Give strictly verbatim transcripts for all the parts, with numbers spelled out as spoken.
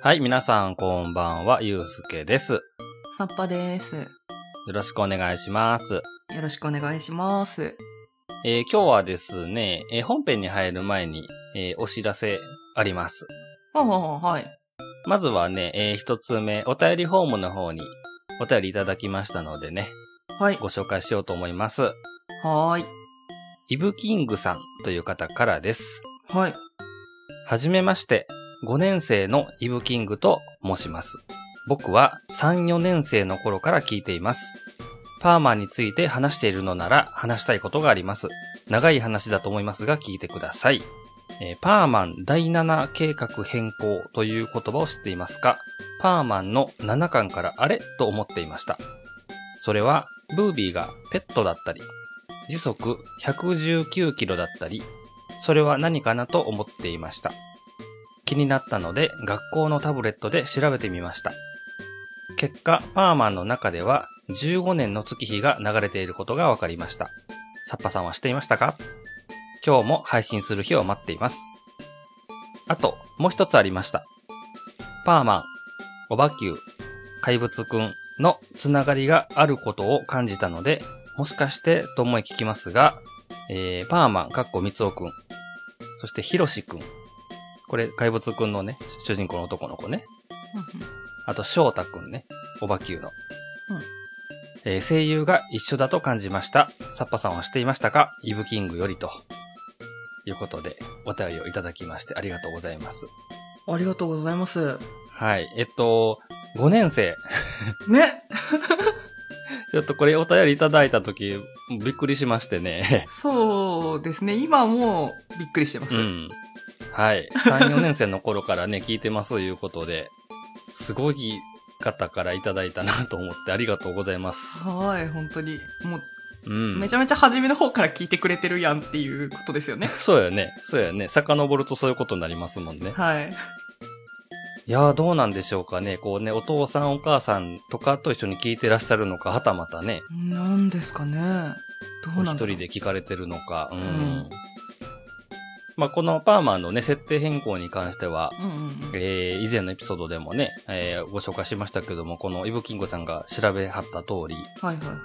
はい、皆さんこんばんは、ゆうすけです。 さっぱです。 よろしくお願いします。 よろしくお願いします。 えー、今日はですね、えー、本編に入る前に、えー、お知らせあります。 ああ、はい。 まずはね、えー、一つ目、お便りフォームの方にお便りいただきましたのでね、 はい。 ご紹介しようと思います。 はーい。 イブキングさんという方からです。 はい。 はじめまして、ごねん生のイブキングと申します。僕はさん、よねん生の頃から聞いています。パーマンについて話しているのなら話したいことがあります。長い話だと思いますが聞いてください。えー、パーマンだいなな計画変更という言葉を知っていますか？パーマンのななかんからあれと思っていました。それはブービーがペットだったり、時速ひゃくじゅうきゅうキロだったり、それは何かなと思っていました。気になったので学校のタブレットで調べてみました。結果、パーマンの中ではじゅうごねんの月日が流れていることが分かりました。サッパさんは知っていましたか？今日も配信する日を待っています。あと、もう一つありました。パーマン、オバキュー、怪物くんのつながりがあることを感じたので、もしかしてと思い聞きますが、えー、パーマン、かっこみつおくん、そしてひろしくん、これ怪物くんのね、主人公の男の子ね。あと翔太くんね、オバキューの、うんえー、声優が一緒だと感じました。サッパさんは知っていましたか？イブキングよりということでお便りをいただきましてありがとうございます。 ありがとうございます。 はい、えっとごねん生ね。 ちょっとこれお便りいただいたときびっくりしましてね。 そうですね。今もびっくりしてます。 うん。はい。さん、よねん生の頃からね、聞いてますということで、すごい方からいただいたなと思ってありがとうございます。 はい、本当に。もう、うん、めちゃめちゃ初めの方から聞いてくれてるやんっていうことですよね。 そうやね。そうやね。遡るとそういうことになりますもんね。 はい。 いやーどうなんでしょうかね。こうね、お父さんお母さんとかと一緒に聞いてらっしゃるのか、はたまたね。 なんですかね。どうなんだろう。 一人で聞かれてるのか。うん。 うんまあ、このパーマンのね、設定変更に関しては、 うんうんうんえー、以前のエピソードでもね、えー、ご紹介しましたけども、このイブキングさんが調べはった通り、 はいはいはいはい。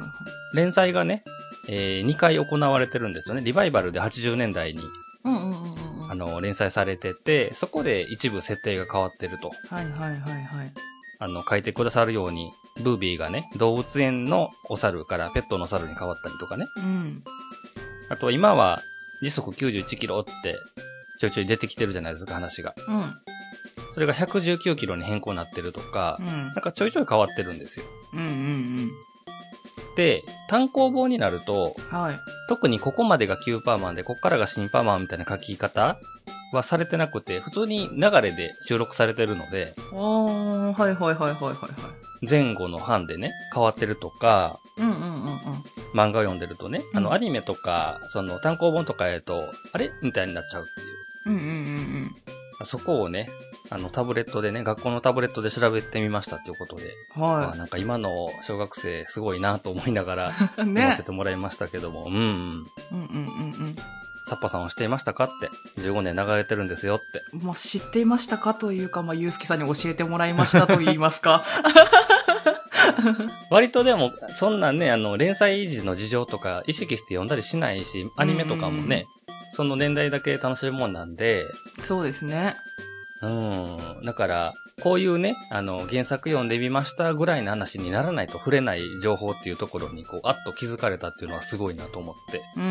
連載がね、えー、にかい行われてるんですよね。リバイバルではちじゅうねんだいに、 うんうんうんうん、 あの、連載されてて、そこで一部設定が変わってると。 はいはいはいはい。 あの、書いてくださるように、ブービーがね、動物園のお猿からペットの猿に変わったりとかね。 うん。 あと今は、時速きゅうじゅういちキロってちょいちょい出てきてるじゃないですか、話が。 うん。 それがひゃくじゅうきゅうキロに変更になってるとか、うん、なんかちょいちょい変わってるんですよ。 うんうんうん。 で、単行本になると、 はい。 特にここまでが旧パーマンで、こっからが新パーマンみたいな書き方はされてなくて、普通に流れで収録されてるので、 あー、はいはいはいはいはいはい。 前後の版でね、変わってるとか、 うんうんうんうん。 漫画を読んでるとね、あの、アニメとか、その単行本とかやと、あれみたいになっちゃうっていう。 うんうんうんうん。 そこをね、あの、タブレットでね、学校のタブレットで調べてみましたっていうことで、はい。なんか今の小学生すごいなと思いながら、読ませてもらいましたけども、ね、うん。うんうんうんうん。サッパさんは知っていましたかって、じゅうごねん流れてるんですよって。 まあ、知っていましたかというか、まあ、ゆうすけさんに教えてもらいましたと言いますか。 割とでも、そんなね、あの、連載時の事情とか意識して読んだりしないし、アニメとかもね、その年代だけ楽しむもんなんで。 そうですね。 うん。だから、こういうね、あの、原作読んでみましたぐらいの話にならないと触れない情報っていうところに、こう、あっと気づかれたっていうのはすごいなと思って。 うん。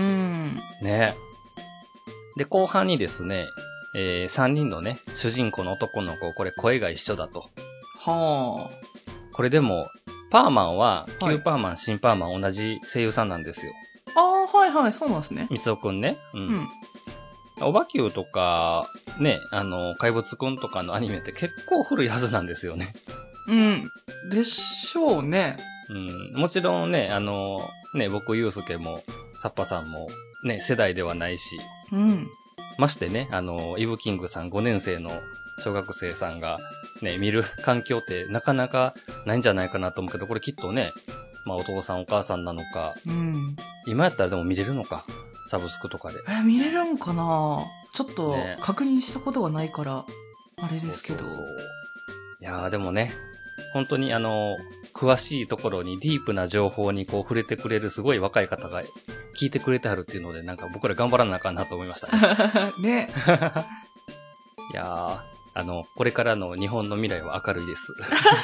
ね。で、後半にですね、えー、さんにんのね、主人公の男の子、これ声が一緒だと。 はあ。 これでも、パーマンは、旧パーマン、はい、新パーマン同じ声優さんなんですよ。 ああ、はいはい、そうなんですね。 みつおくんね。うん。うん、オバキューとか、ね、あの、怪物くんとかのアニメって結構古いはずなんですよね。 うん。でしょうね。 うん。もちろんね、あの、ね、僕、ゆうすけも、サッパさんも、ね、世代ではないし。 うん。 ましてね、あの、イブキングさんごねん生の小学生さんが、ね、見る環境ってなかなかないんじゃないかなと思うけど、これきっとね、まあお父さんお母さんなのか、うん、今やったらでも見れるのか、サブスクとかで。 え、見れるんかな？ちょっと確認したことがないから、あれですけど。 そうそうそうやーでもね、本当にあの、詳しいところにディープな情報にこう触れてくれるすごい若い方が聞いてくれてはるっていうので、なんか僕ら頑張らなあかんなと思いましたね。 ね。 いやー、あの、これからの日本の未来は明るいです。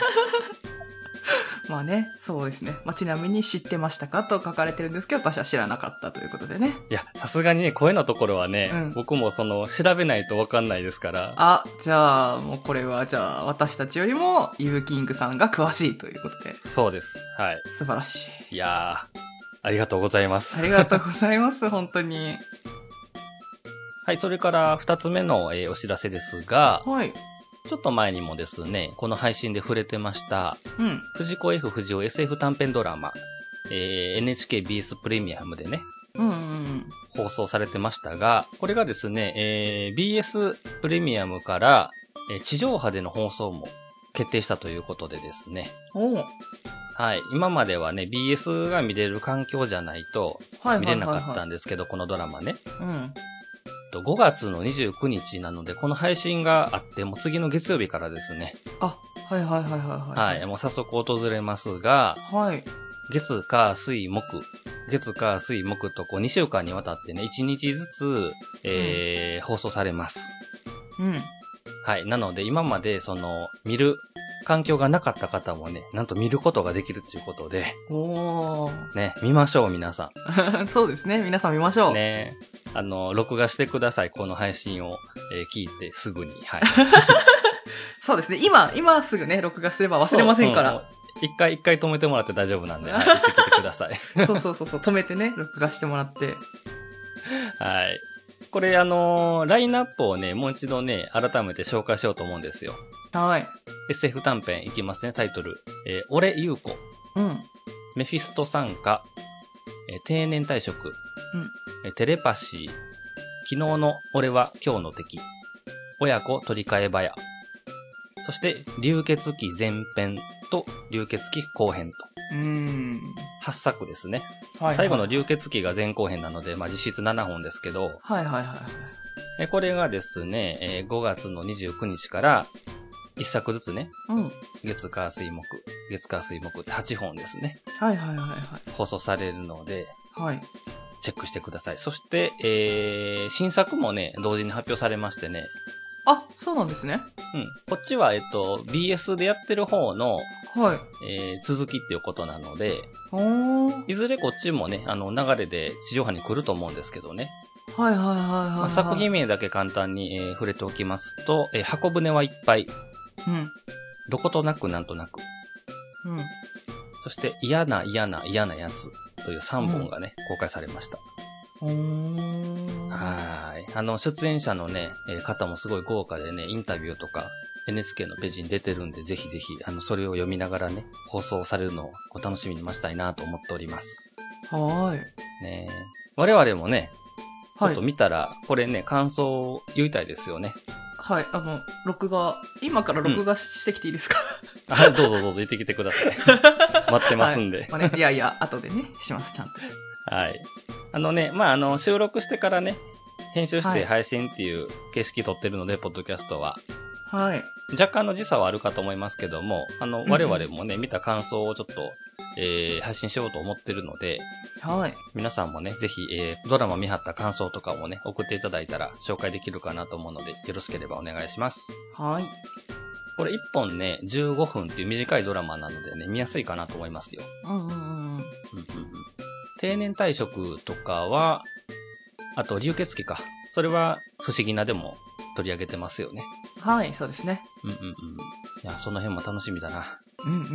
まあね、そうですね。まあ、ちなみに知ってましたかと書かれてるんですけど、私は知らなかったということでね。 いや、さすがにね、声のところはね、 うん、 僕もその、調べないとわかんないですから。 あ、じゃあ、もうこれは、じゃあ、私たちよりも、イブキングさんが詳しいということで。 そうです。はい。 素晴らしい。 いやー、ありがとうございます。 ありがとうございます、本当に。 はい、それから二つ目の、えー、お知らせですが、 はい。 ちょっと前にもですね、この配信で触れてました、 うん。 藤子 F 不二雄 エスエフ 短編ドラマ、えー、エヌエイチケービーエス プレミアムでね、 うんうんうん。 放送されてましたが、これがですね、えー、ビーエス プレミアムから、えー、地上波での放送も決定したということでですね。 おう。 はい。今まではね、ビーエス が見れる環境じゃないと見れなかったんですけど、このドラマね。 うん。 ごがつのにじゅうくにちなので、この配信があって、もう次の月曜日からですね。 あ、はいはいはいはいはい。 はい。もう早速訪れますが、 はい。 月、火、水、木。月、火、水、木とこうにしゅうかんにわたってね、いちにちずつ、えー、放送されます。 うん。 はい。なので、今まで、その、見る環境がなかった方もね、なんと見ることができるということで。 おー。 ね、見ましょう、皆さん。そうですね。皆さん見ましょう。 ね。あの、録画してください。この配信を、えー、聞いてすぐに。はい。 そうですね。今、今すぐね、録画すれば忘れませんから。 一回、一回止めてもらって大丈夫なんで、はい、行ってきてください。 そうそうそうそう、止めてね、録画してもらって。 はい。これ、あのー、ラインナップをね、もう一度ね、改めて紹介しようと思うんですよ。 はい。 エスエフ 短編いきますね、タイトル。えー、俺、優子。 うん。 メフィスト参加。えー、定年退職。 うん。 えー、テレパシー。昨日の俺は今日の敵。親子取り替え早。そして、流血鬼前編と流血鬼後編と。 うーん。 はっさくですね。 はい、はい。 最後の流血鬼が前後編なので、まあ、実質ななほんですけど。 はいはいはい。 えこれがですね、えー、ごがつのにじゅうくにちからいっさくずつね。 うん。 月火水木。月火水木ってはっぽんですね。 はいはいはいはい。 放送されるので。 はい。 チェックしてください。そして、えー、新作もね、同時に発表されましてね。 あ、そうなんですね。 うん。こっちは、えっと、ビーエス でやってる方の、 はい。 えー、続きっていうことなので、 おー。 いずれこっちもね、あの、流れで地上波に来ると思うんですけどね。 はいはいはいはい、はいまあ、作品名だけ簡単に、えー、触れておきますと、えー、箱舟はいっぱい。 うん。 どことなくなんとなく。 うん。 そして、嫌な嫌な嫌なやつというさんぼんがね、うん、公開されました。 おー。 はい。あの、出演者のね、えー、方もすごい豪華でね、インタビューとか エヌエイチケー のページに出てるんで、ぜひぜひ、あの、それを読みながらね、放送されるのをお楽しみに待ちたいなと思っております。 はーい。 ね我々もね、ちょっと見たら、これね、感想を言いたいですよね。 はい。あの、録画、今から録画してきていいですか、 うん、あ、どうぞどうぞ言ってきてください。待ってますんで。 はいまあね、いやいや、後でね、します、ちゃんと。 はい。あのね、まあ、あの、収録してからね、編集して配信っていう形式取ってるので、はい、ポッドキャストは。 はい。 若干の時差はあるかと思いますけども、あの、我々もね、うん、見た感想をちょっと、えー、配信しようと思ってるので、 はい。 皆さんもね、ぜひ、えー、ドラマ見張った感想とかもね、送っていただいたら紹介できるかなと思うので、よろしければお願いします。 はい。 これいっぽんね、じゅうごふんっていう短いドラマなのでね、見やすいかなと思いますよ。 うんうんうん。うんうんうん。 定年退職とかは、あと流血鬼か。それは不思議なでも取り上げてますよね。 はい、そうですね。 うんうんうん。いや、その辺も楽しみだな。 うんうんうん。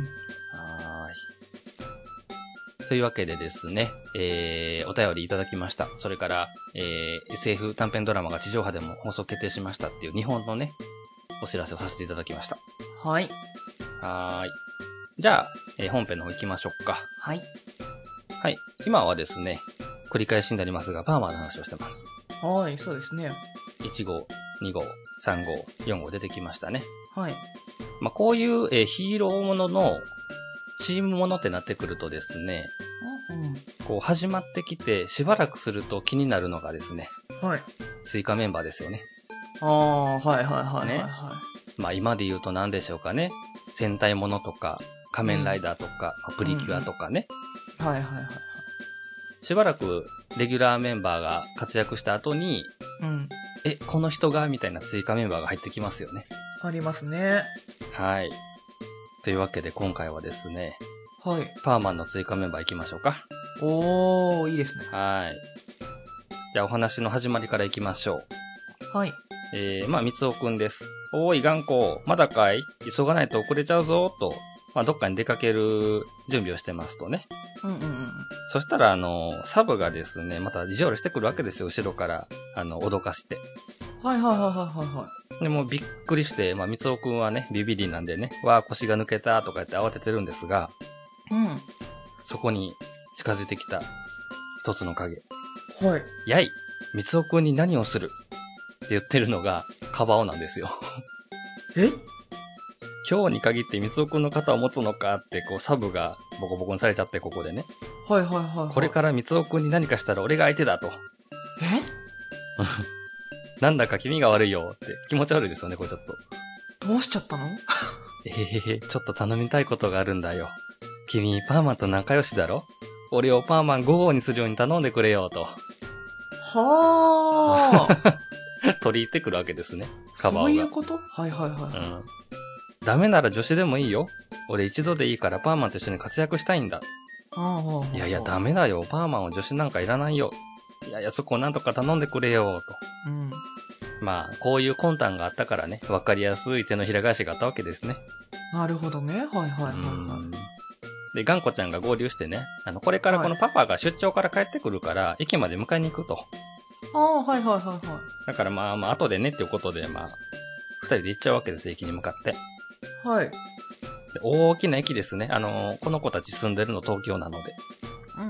はーい。というわけでですね、えー、お便りいただきました。それから、えー、エスエフ 短編ドラマが地上波でも放送決定しましたっていう日本のね、お知らせをさせていただきました。 はい。 はーい。じゃあ、えー、本編の方行きましょうか。 はい。 はい。今はですね、繰り返しになりますが、パーマの話をしてます。 はい、そうですね。 いち号、に号、さん号、よん号出てきましたね。 はい。 まあ、こういう、えー、ヒーローもののチームものってなってくるとですね、 うん、 こう始まってきてしばらくすると気になるのがですね、 はい。 追加メンバーですよね。 ああ、はいはいはいはい、はい。 ね。 まあ今で言うと何でしょうかね。戦隊ものとか、仮面ライダーとか、うん、プリキュアとかね、 うんうん。はいはいはいはい。 しばらくレギュラーメンバーが活躍した後に、 うん。 え、この人がみたいな追加メンバーが入ってきますよね。 ありますね。 はい。というわけで今回はですね、 はい。 パーマンの追加メンバー行きましょうか。 おー、いいですね。 はい。じゃあお話の始まりから行きましょう。はい。 えー、まあ、三尾くんです。おーい、頑固。まだかい？急がないと遅れちゃうぞ、と。まあ、どっかに出かける準備をしてますとね。 うんうんうん。 そしたら、あの、サブがですね、また意地悪してくるわけですよ、後ろから。あの、脅かして。 はいはいはいはいはい。 で、もうびっくりして、まあ、三尾くんはね、ビビりなんでね、わー腰が抜けた、とか言って慌ててるんですが、 うん。 そこに近づいてきた一つの影。 はい。 やい、三尾くんに何をするって言ってるのが、カバオなんですよ。 え？ 今日に限って三尾くんの肩を持つのかって、こう、サブがボコボコにされちゃって、ここでね。 はいはいはい、はい。 これから三尾くんに何かしたら俺が相手だと。 え？ なんだか気味が悪いよって気持ち悪いですよね、これちょっと。 どうしちゃったの？ えへへへ、ちょっと頼みたいことがあるんだよ。君、パーマンと仲良しだろ？俺をパーマンご号にするように頼んでくれよ、と。 はー。 取り入ってくるわけですね、カバオが。 そういうこと？はいはいはい。うん。 ダメなら助手でもいいよ。俺一度でいいからパーマンと一緒に活躍したいんだ。 はあ、 いやいや、ダメだよ。パーマンは助手なんかいらないよ。いやいや、そこをなんとか頼んでくれよ、と。 うん。 まあ、こういう魂胆があったからね、わかりやすい手のひら返しがあったわけですね。 なるほどね。はいはいはいはい。 で、ガンコちゃんが合流してね、あの、これからこのパパが出張から帰ってくるから、はい、駅まで迎えに行くと。 ああ、はいはいはいはい。 だからまあまあ、後でねっていうことで、まあ、二人で行っちゃうわけです、駅に向かって。 はい。 で大きな駅ですね。あのー、この子たち住んでるの東京なので。 うん。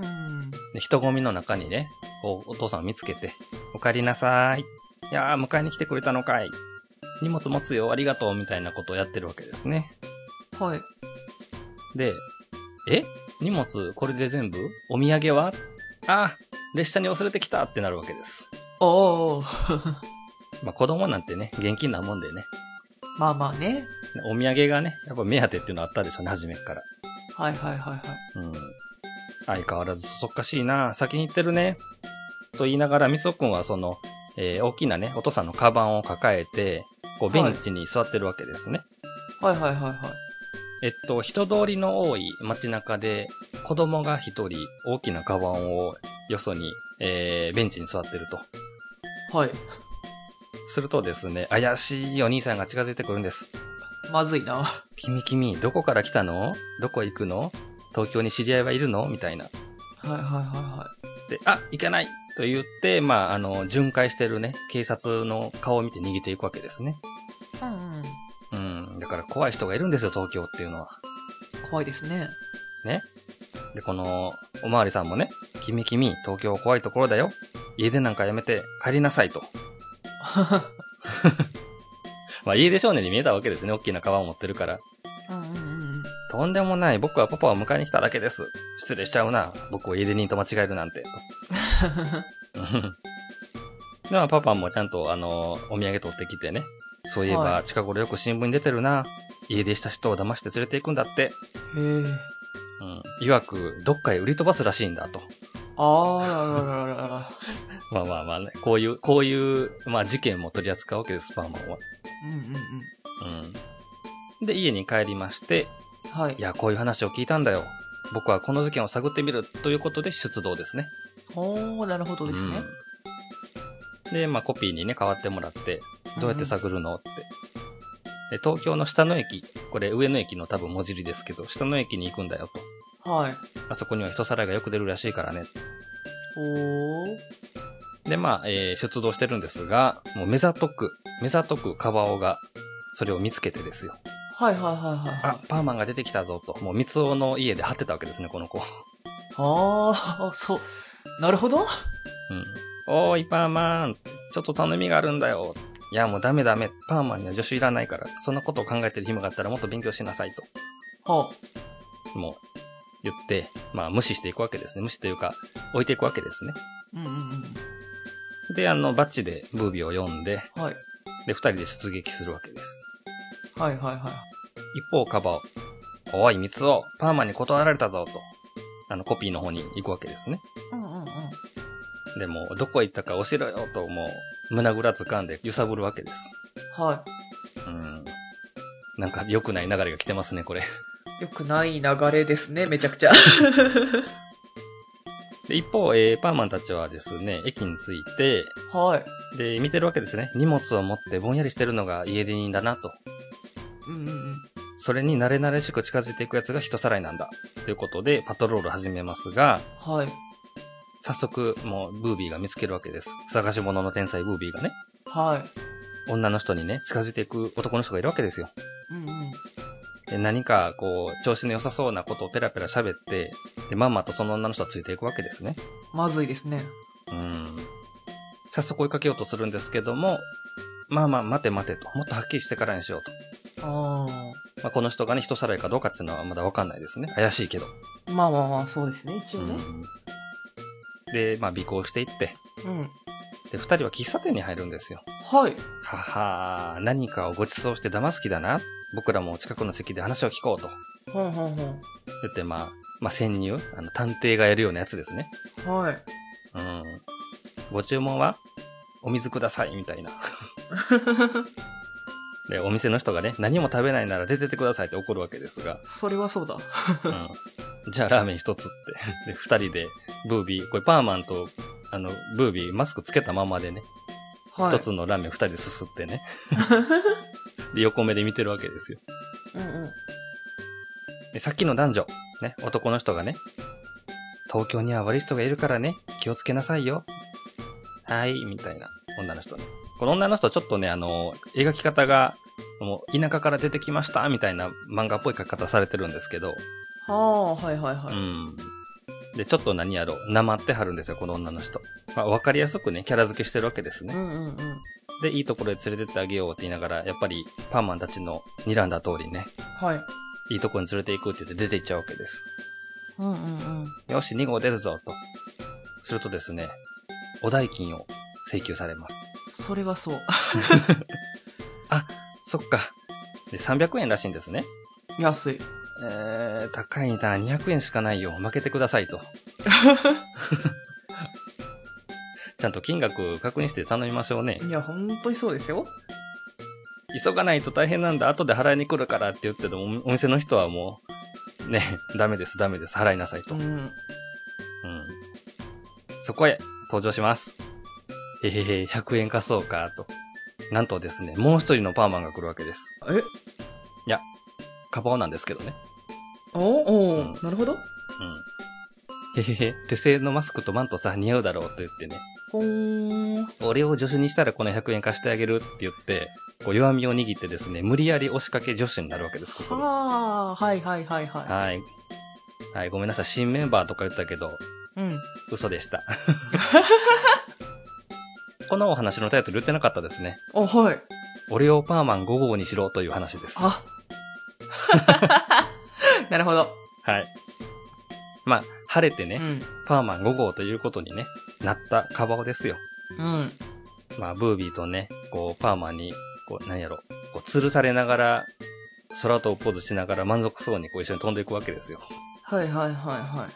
で人混みの中にね、こうお父さんを見つけて、お帰りなさーい。いやー、迎えに来てくれたのかい。荷物持つよ、ありがとう、みたいなことをやってるわけですね。 はい。 で、え？荷物、これで全部？お土産は？あー、列車に忘れてきたってなるわけです。 おー。 まあ子供なんてね、現金なもんでね。 まあまあね。 お土産がね、やっぱ目当てっていうのあったでしょうね、初めっから。 はいはいはいはい。 うん。相変わらずそそっかしいな、先に行ってるね。と言いながら、みつおくんはその、えー、大きなね、お父さんのカバンを抱えて、こう、ベンチに座ってるわけですね。 はいはいはいはい。 えっと、人通りの多い街中で、子供が一人、大きなカバンをよそに、えー、ベンチに座ってると。 はい。 するとですね、怪しいお兄さんが近づいてくるんです。 まずいな。 君君、どこから来たの？どこ行くの？東京に知り合いはいるの？みたいな。 はいはいはいはい。 で、あ、行かないと言って、まあ、あの、巡回してるね、警察の顔を見て逃げていくわけですね。 うんうん。 うん。だから怖い人がいるんですよ、東京っていうのは。 怖いですね。 ね。で、この、おまわりさんもね、君君、東京は怖いところだよ。家出なんかやめて帰りなさいと。まあ、家出少年に見えたわけですね。大きなカバンを持ってるから。 うんうんうん。 とんでもない。僕はパパを迎えに来ただけです。失礼しちゃうな。僕を家出人と間違えるなんて。では、パパもちゃんと、あの、お土産取ってきてね。そういえば、はい、近頃よく新聞に出てるな。家出した人を騙して連れて行くんだって。へえ。 うん。いわく、どっかへ売り飛ばすらしいんだと。 ああ、ららららら。 まあまあまあね。こういう、こういう、まあ事件も取り扱うわけです、パーマンは。 うんうんうん。 うん。で、家に帰りまして。 はい。 いや、こういう話を聞いたんだよ。僕はこの事件を探ってみるということで出動ですね。 おー、なるほどですね。 うん、で、まあコピーにね、変わってもらって、どうやって探るのって。で、東京の下の駅、これ上の駅の多分文字りですけど、下の駅に行くんだよと。はい。 あそこには人さらいがよく出るらしいからね。 おー。 で、まあ、えー、出動してるんですが、もう目ざとく、目ざとくカバオが、それを見つけてですよ。 はいはいはいはい、はい。 あ、パーマンが出てきたぞと。もう三つおの家で張ってたわけですね、この子。 ああ、そう。なるほど。うん。 おーい、パーマン。ちょっと頼みがあるんだよ。いや、もうダメダメ。パーマンには助手いらないから。そんなことを考えてる暇があったらもっと勉強しなさいと。 はあ。もう、言って、まあ無視していくわけですね。無視というか、置いていくわけですね。 うんうんうん。 で、あの、バッチでブービーを読んで、 はい。 で、二人で出撃するわけです。 はいはいはい。 一方、カバオ、おい、三つお、パーマンに断られたぞ、と。あの、コピーの方に行くわけですね。 うんうんうん。 でも、どこ行ったか教えろよ、と、もう、胸ぐら掴んで揺さぶるわけです。 はうん。なんか、良くない流れが来てますね、これ。 い。よくない流れですね、めちゃくちゃ。 で一方、えー、パーマンたちはですね、駅に着いて、 はい。 で、見てるわけですね。荷物を持ってぼんやりしてるのが家出人だなと。 うんうんうん。 それに慣れ慣れしく近づいていくやつが人さらいなんだ。ということで、パトロール始めますが、 はい。 早速、もう、ブービーが見つけるわけです。探し物の天才ブービーがね。 はい。 女の人にね、近づいていく男の人がいるわけですよ。 うんうん。 で、何か、こう、調子の良さそうなことをペラペラ喋って、で、まんまとその女の人はついていくわけですね。 まずいですね。 うん。早速追いかけようとするんですけども、まあまあ、待て待てと。もっとはっきりしてからにしようと。 あまあ、この人がね、人さらいかどうかっていうのはまだわかんないですね。怪しいけど。 あ。まあまあまあ、そうですね、一応ね。 うんで、まあ、尾行していって、 うん。 で、二人は喫茶店に入るんですよ。 はい。 ははー、何かをご馳走して騙す気だな。僕らも近くの席で話を聞こうと。 ほんほんほん。 言って、まあ、まあ、潜入あの、探偵がやるようなやつですね。 はい。 うん。ご注文はお水ください、みたいな。で、お店の人がね、何も食べないなら出てってくださいって怒るわけですが。 それはそうだ。 うん。じゃあラーメン一つって。で、二人で、ブービー、これパーマンと、あの、ブービーマスクつけたままでね、 はい。 一つのラーメン二人ですすってね。で、横目で見てるわけですよ。 うんうん。 で、さっきの男女、ね、男の人がね、東京には悪い人がいるからね、気をつけなさいよ。はい、みたいな女の人ね。この女の人ちょっとね、あの、描き方が、もう田舎から出てきました、みたいな漫画っぽい描き方されてるんですけど、 はあ、はいはいはい。 うん。で、ちょっと何やろ、なまってはるんですよ、この女の人。まあ、わかりやすくね、キャラ付けしてるわけですね。 うんうんうん。 で、いいところで連れてってあげようって言いながら、やっぱり、パーマンたちの睨んだ通りね、 はい。 いいとこに連れて行くって言って出て行っちゃうわけです。 うんうんうん。 よし、に号出るぞ、と。するとですね、お代金を請求されます。 それはそう。 あ、そっか。で、さんびゃくえんらしいんですね。 安い。 えー、高いな、にひゃくえんしかないよ、負けてくださいと。ちゃんと金額確認して頼みましょうね。 いや、本当にそうですよ。 急がないと大変なんだ、後で払いに来るからって言っても、お店の人はもう、ね、ダメです、ダメです、払いなさいと。 うん。 うん。そこへ登場します。へへへ、ひゃくえん貸そうか、と。なんとですね、もう一人のパーマンが来るわけです。 えいや、カバオなんですけどね。 おお、 うんなるほど。 うん。へへへ、手製のマスクとマントさ、似合うだろうと言ってね。 ほーん。 俺を助手にしたらこのひゃくえん貸してあげるって言って、こう弱みを握ってですね、無理やり押しかけ助手になるわけです、ここで。 はあ、はいはいはいははい。はい、ごめんなさい。新メンバーとか言ったけど、 い。うん。 嘘でした。このお話のタイトル言ってなかったですね。 あ、はい。 俺をパーマンご号にしろという話です。 あ。なるほど。 はい。まあ、晴れてね、 うん。 パーマンご号ということにね、なったカバオですよ。 うん。 まあ、ブービーとね、こう、パーマンに、こう、何やろ、こう、吊るされながら、空飛ぶポーズしながら満足そうにこう一緒に飛んでいくわけですよ。 はいはいはいはい。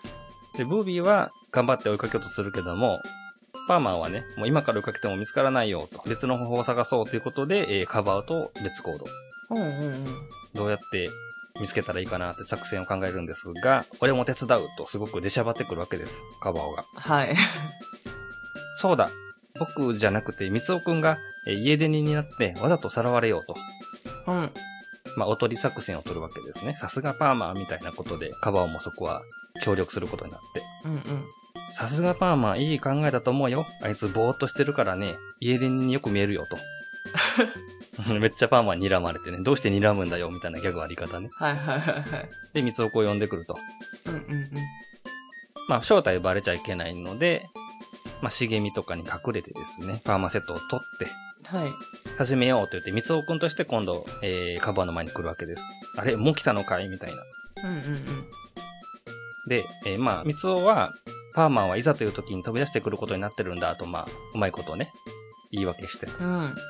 で、ブービーは頑張って追いかけようとするけども、パーマンはね、もう今から追いかけても見つからないよと、別の方法を探そうということで、えー、カバオと別行動。 うんうんうん。 どうやって見つけたらいいかなって作戦を考えるんですが、俺も手伝うとすごく出しゃばってくるわけです、カバオが。 はい。 そうだ、僕じゃなくて、三尾くんが、えー、家出人になってわざとさらわれようと。 うん。 まあ、おとり作戦を取るわけですね。さすがパーマンみたいなことで、カバオもそこは協力することになって。 うんうん。 さすがパーマン、いい考えだと思うよ。あいつぼーっとしてるからね、家出人によく見えるよと。めっちゃパーマン睨まれてね、どうして睨むんだよみたいなギャグあり方ね。 はいはいはいはい。 で、三尾くんを呼んでくると。 うんうんうん。 まあ、正体バレちゃいけないので、まあ、茂みとかに隠れてですね、パーマセットを取って、 はい。 始めようと言って、三尾くんとして今度、えー、カバーの前に来るわけです。あれもう来たのかいみたいな。 うんうんうん。 で、えー、まあ、三尾は、パーマンはいざという時に飛び出してくることになってるんだと、まあ、うまいことをね、言い訳して。 うん。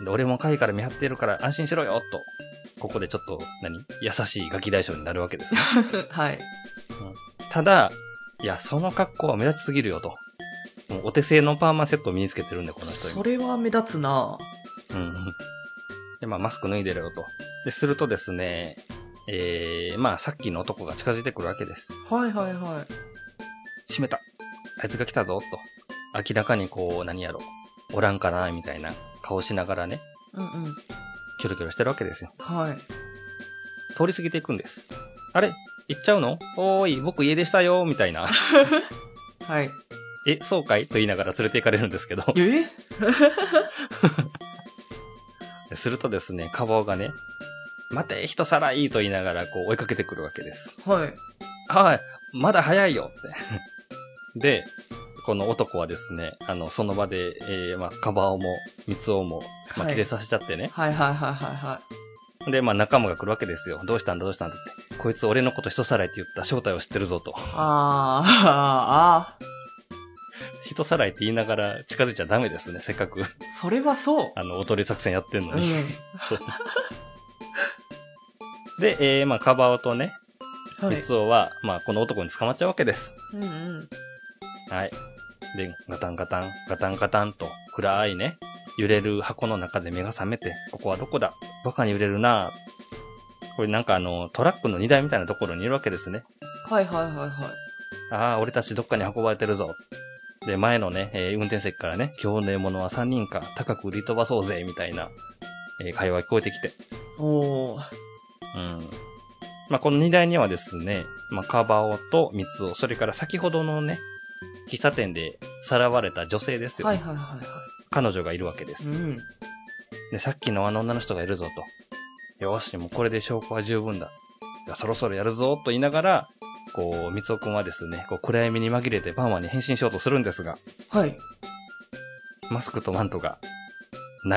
で俺も会から見張っているから安心しろよ、と。ここでちょっと、何優しいガキ大将になるわけですね。 はい。 うん、ただ、いや、その格好は目立ちすぎるよ、と。もうお手製のパーマセットを身につけてるんで、この人に。 それは目立つな。 うん。で、まあ、マスク脱いでるよ、と。で、するとですね、えー、まあ、さっきの男が近づいてくるわけです。 はいはいはい。 閉めた。あいつが来たぞ、と。明らかにこう、何やろ。おらんかな、みたいな顔しながらね。 うんうん。 キョロキョロしてるわけですよ。 はい。 通り過ぎていくんです。あれ行っちゃうの？おーい、僕家出したよ、みたいな。 はい。 え、そうかいと言いながら連れて行かれるんですけど。 えするとですね、カバオがね、待て、人さらいと言いながらこう追いかけてくるわけです。 はい。 はい、まだ早いよって。で、この男はですね、あの、その場で、えー、まあ、カバオも、ミツオも、まあ、気絶させちゃってね。 はいはいはいはいはい。 で、まあ、仲間が来るわけですよ。どうしたんだどうしたんだって。こいつ俺のこと人さらいって言った正体を知ってるぞと。 あー、あー。 人さらいって言いながら近づいちゃダメですね、せっかく。 それはそう。 あの、おとり作戦やってんのに。 うん、 そうそう。で、えー、まあ、カバオとね、 はい、 ミツオは、まあ、この男に捕まっちゃうわけです。 うんうん。 はい。で、ガタンガタン、ガタンガタンと、暗いね、揺れる箱の中で目が覚めて、ここはどこだ？バカに揺れるなぁ。これなんかあの、トラックの荷台みたいなところにいるわけですね。 はいはいはいはい。 ああ、俺たちどっかに運ばれてるぞ。で、前のね、えー、運転席からね、今日の獲物はさんにんか、高く売り飛ばそうぜ、みたいな、えー、会話が聞こえてきて。 おー。 うん。まあ、この荷台にはですね、まあ、カバオとミツオ、それから先ほどのね、喫茶店でさらわれた女性ですよ、ね。 はいはいはいはい。 彼女がいるわけです。 うん。 で、さっきのあの女の人がいるぞと。よし、もうこれで証拠は十分だ。じゃあそろそろやるぞ、と言いながら、こう、ミツオくんはですね、こう暗闇に紛れてパーマに変身しようとするんですが、 はい。 マスクとマントが、ない。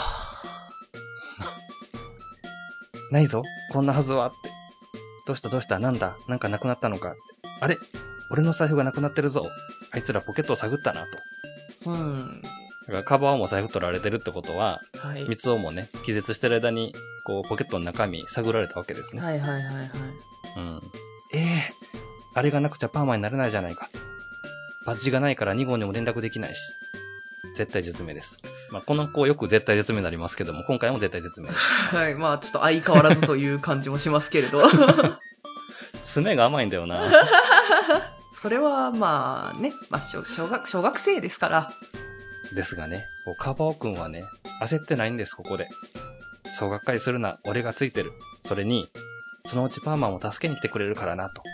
ないぞ、こんなはずは、って。どうしたどうしたなんだなんかなくなったのか。あれ俺の財布がなくなってるぞ。あいつらポケットを探ったな、と。 うん。 だからカバオも財布取られてるってことは、 はい。 ミツオもね、気絶してる間に、こう、ポケットの中身探られたわけですね。 はいはいはいはい。 うん。ええー、あれがなくちゃパーマになれないじゃないか。バッジがないからに号にも連絡できないし。絶対絶命です。まあ、この子よく絶対絶命になりますけども、今回も絶対絶命です。 はい。まあ、ちょっと相変わらずという感じもしますけれど。 爪が甘いんだよな。 それは、まあね、まあ小、小学、小学生ですから。 ですがね、こうカバオくんはね、焦ってないんです、ここで。そうがっかりするな、俺がついてる。それに、そのうちパーマンも助けに来てくれるからな、と。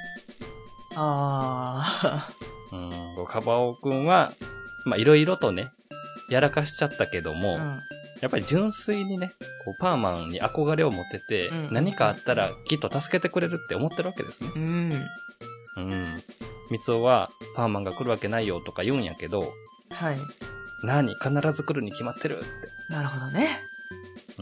ああ。うん、こうカバオくんは、まあ、いろいろとね、やらかしちゃったけども、うん、やっぱり純粋にね、こうパーマンに憧れを持ってて、うん、何かあったらきっと助けてくれるって思ってるわけですね。 うん。 うん。ミツオは、パーマンが来るわけないよとか言うんやけど、 はい。 何必ず来るに決まってるって。 なるほどね。 うん。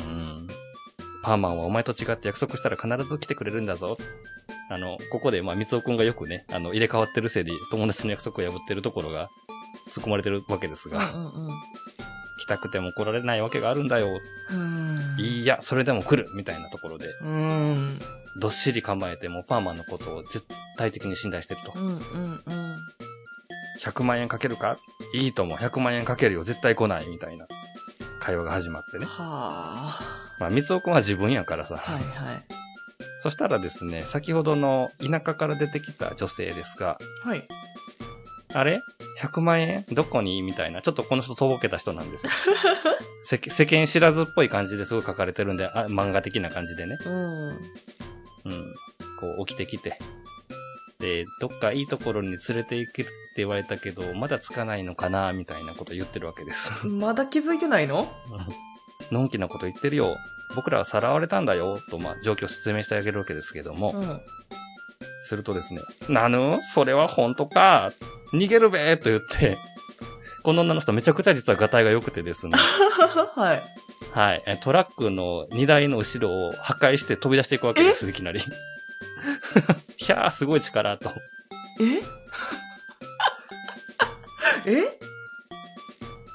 パーマンはお前と違って約束したら必ず来てくれるんだぞ。あの、ここで、まあ、ミツオくんがよくね、あの、入れ替わってるせいで友達の約束を破ってるところが突っ込まれてるわけですが、 うんうんうん、 来たくても来られないわけがあるんだよ。 うんいや、それでも来るみたいなところで、 うんどっしり構えてもパーマンのことを絶対的に信頼してると。 うんうんうん、 ひゃくまんえんかけるかいいともひゃくまんえんかけるよ絶対来ないみたいな会話が始まってね。 はあ。 まあ、みつおくんは自分やからさ。 はいはい。 そしたらですね、先ほどの田舎から出てきた女性ですが、 はい。 あれ ?ひゃくまんえんどこにみたいな。ちょっとこの人とぼけた人なんですよ。世, 世間知らずっぽい感じですごい書かれてるんで、あ漫画的な感じでね。 うん。うん。 こう起きてきて。で、どっかいいところに連れて行けって言われたけど、まだ着かないのかなみたいなこと言ってるわけです。 まだ気づいてないの？ のんきなこと言ってるよ。僕らはさらわれたんだよ。と、まあ、状況を説明してあげるわけですけども。 うん。 するとですね、なぬそれは本当か逃げるべと言って、この女の人めちゃくちゃ実はガタイが良くてですね。 はい。 はい。トラックの荷台の後ろを破壊して飛び出していくわけです、いきなり。ひゃー、すごい力と。 ええ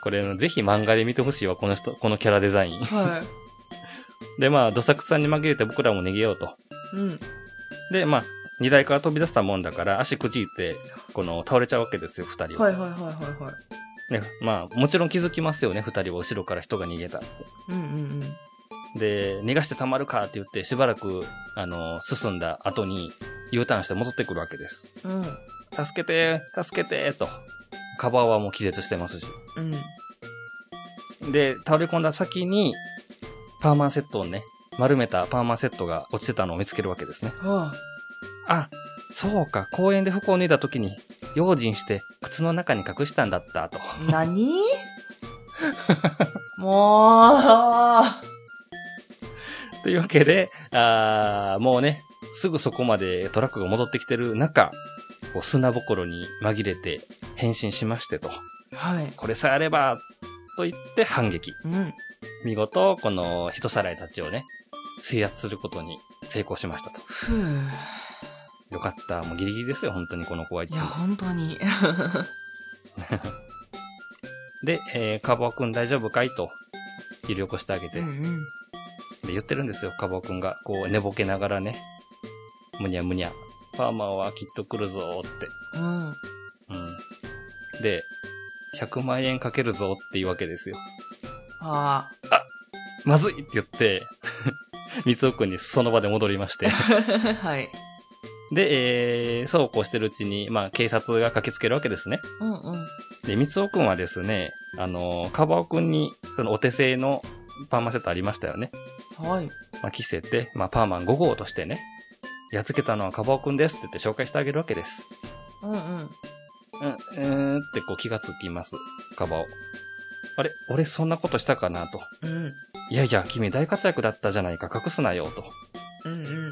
これ、ぜひ漫画で見てほしいわ、この人、このキャラデザイン。 はで、まあ、どさくさに紛れて僕らも逃げようと。 い。うん。 で、まあ、荷台から飛び出したもんだから、足くじいて、この、倒れちゃうわけですよ、二人は。 はいはいはいはいはい。 ね、まあ、もちろん気づきますよね、二人は後ろから人が逃げたって。 うんうんうん。 で、逃がしてたまるかって言って、しばらく、あの、進んだ後に、U ターンして戻ってくるわけです。 うん。 助けて、助けて、と。カバーはもう気絶してますし。 うん。 で、倒れ込んだ先に、パーマンセットをね、丸めたパーマンセットが落ちてたのを見つけるわけですね。 はあ、あ、そうか、公園で服を脱いだ時に、用心して靴の中に隠したんだった、と。 何もう。 というわけで、あーもうね、すぐそこまでトラックが戻ってきてる中、こう砂ぼころに紛れて変身しましてと。 はい。 これさえあれば、と言って反撃。 うん。 見事、この人さらいたちをね、制圧することに成功しましたと。 ふぅ。 よかった。もうギリギリですよ、本当にこの子はいつも。 いや、本当に。 で、えー、カバオくん大丈夫かいと、切り起こしてあげて。 うんうん。 で、言ってるんですよ、カバオくんが。こう、寝ぼけながらね。むにゃむにゃ。パーマンはきっと来るぞーって。 うん。 うん。で、ひゃくまんえんかけるぞっていうわけですよ。 ああ、まずいって言って、三尾くんにその場で戻りまして。 あ。はい。 で、えー、そうこうしてるうちに、まあ、警察が駆けつけるわけですね。 うんうん。 で、三尾くんはですね、あの、カバオくんに、そのお手製のパーマセットありましたよね。 はい。 まあ、着せて、まあ、パーマンご号としてね、やっつけたのはカバオくんですって言って紹介してあげるわけです。 うんうん。 うん、うーんってこう気がつきます、カバオ。あれ俺そんなことしたかなと。 うん。 いやいや、君大活躍だったじゃないか、隠すなよ、と。 うんうん。 うんうん。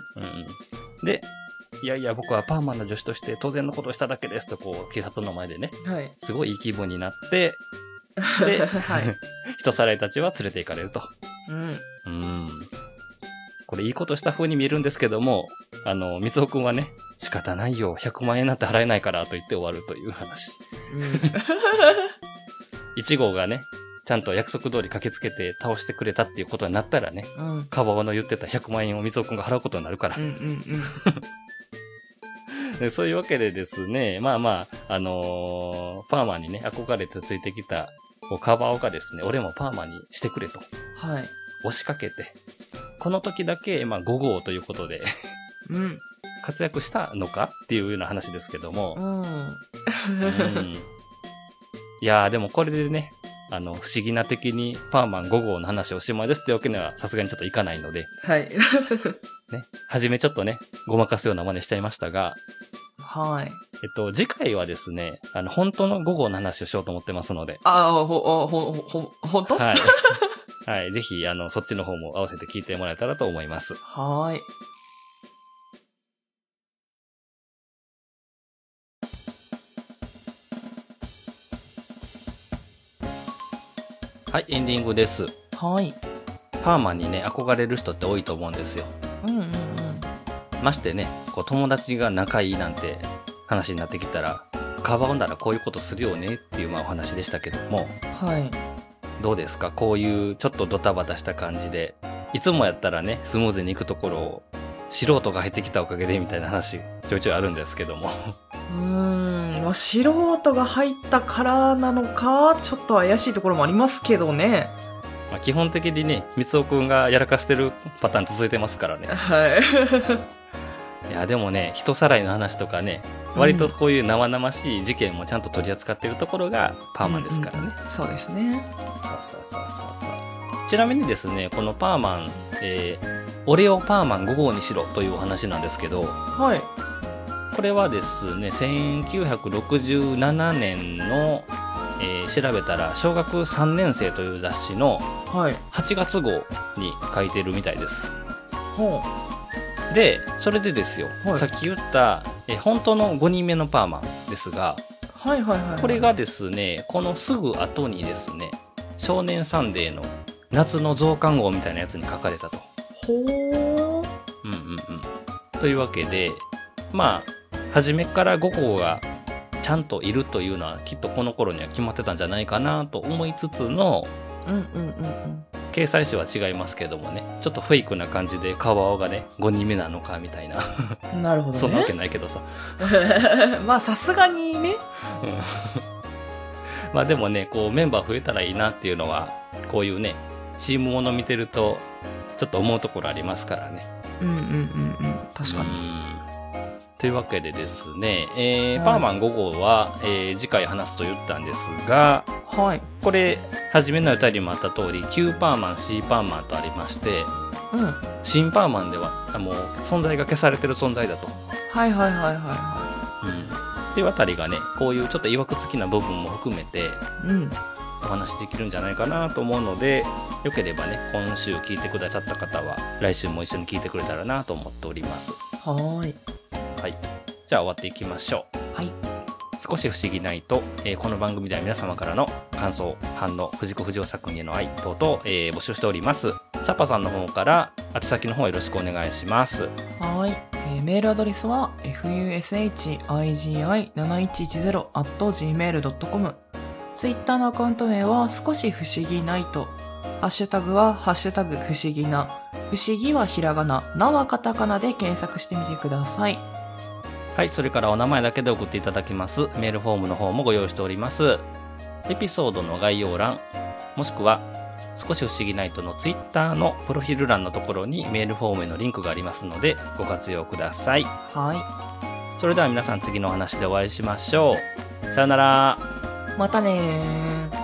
で、いやいや、僕はパーマンの助手として当然のことをしただけですと、こう、警察の前でね、 はい。 すごいいい気分になって、で、 はい。 人さらいたちは連れて行かれると。 うん。 うん。これいいことした風に見えるんですけども、あの、三尾くんはね、仕方ないよ、ひゃくまんえんなんて払えないからと言って終わるという話。 うん。 いち号がね、ちゃんと約束通り駆けつけて倒してくれたっていうことになったらね、 うん。 カバオの言ってたひゃくまんえんを三尾くんが払うことになるから。 うんうんうん。 でそういうわけでですね、まあまあ、あのー、パーマンにね、憧れてついてきた、こうカバオがですね、俺もパーマンにしてくれと。 はい。 押しかけて、この時だけ、まあご号ということで、 うん。 活躍したのかっていうような話ですけども。 うん。 うんいやーでもこれでね、あの、不思議な的にパーマンご号の話おしまいですってわけにはさすがにちょっといかないので、 はい。 ね、はじめちょっとね、ごまかすような真似しちゃいましたが、 はい。 えっと、次回はですね、あの、本当のご号の話をしようと思ってますので、 ああ、ほ、ほ、ほ、ほ、ほんとはい。はい。ぜひ、あの、そっちの方も合わせて聞いてもらえたらと思います。 はーい。 はい、エンディングです。 はい。 パーマンにね、憧れる人って多いと思うんですよ。 うんうんうん。 ましてね、こう友達が仲いいなんて話になってきたら、カバオならこういうことするよねっていうまあお話でしたけども、 はい。 どうですかこういうちょっとドタバタした感じで、いつもやったらね、スムーズに行くところを、素人が入ってきたおかげでみたいな話、ちょいちょいあるんですけども。 うーん、まあ、素人が入ったからなのか、ちょっと怪しいところもありますけどね。 まあ基本的にね、三尾くんがやらかしてるパターン続いてますからね。 はい。 いや、でもね、人さらいの話とかね、割とこういう生々しい事件もちゃんと取り扱っているところがパーマンですからね。 うんうん、そうですね。 そうそうそうそうそう。ちなみにですね、このパーマン、えー、俺をパーマンご号にしろというお話なんですけど、 はい。 これはですね、せんきゅうひゃくろくじゅうななねんの、えー、調べたら小学さんねん生という雑誌のはい。 はちがつ号に書いてるみたいです。 ほで、それでですよ、 はいさっき言った、えー本当のごにんめのパーマンですが、 う。はいはいはいはい。 これがですね、このすぐ後にですね、少年サンデーの夏の増刊号みたいなやつに書かれたと。 ほー。 うんうんうん。というわけで、まあ、初めからご号がちゃんといるというのはきっとこの頃には決まってたんじゃないかなと思いつつの、 うんうんうんうん。 掲載誌は違いますけどもね、ちょっとフェイクな感じでカワオがね、ごにんめなのかみたいな。 なるほどね。 そんなわけないけどさ。 まあさすがにね。 うんまあでもね、こうメンバー増えたらいいなっていうのは、こういうね、チームもの見てると、ちょっと思うところありますからね。 うんうんうんうん。確かに。 うんというわけでですね、えーはい、 パーマンご号は、えー次回話すと言ったんですが、 はい。 これ、初めの歌にもあった通り、旧パーマン、シーパーマンとありまして、 うん。 新パーマンでは、もう、存在が消されてる存在だと。 はいはいはいはいはうん。っていうあたりがね、こういうちょっと曰くつきな部分も含めて、 い。うん。 お話できるんじゃないかなと思うので、よければね、今週聞いてくださった方は、来週も一緒に聞いてくれたらなと思っております。 はーい。 はい。じゃあ終わっていきましょう。 はい。 少し不思議ないと、えーこの番組では皆様からの感想、反応、藤子不二雄作品への愛等々、えー募集しております。サッパさんの方から宛先の方よろしくお願いします。 はーい、えーメールアドレスは エフユーエスエイチアイジーアイなないちいちゼロ アットジーメールドットコム。ツイッターのアカウント名は少し不思議ないと。ハッシュタグはハッシュタグ不思議な。不思議はひらがな、なはカタカナで検索してみてください。 はい、それからお名前だけで送っていただきますメールフォームの方もご用意しております。エピソードの概要欄、もしくは少し不思議ナイトのツイッターのプロフィール欄のところにメールフォームへのリンクがありますのでご活用ください。 はそれでは皆さん次のお話でお会いしましょう。さよなら。 い。またねー。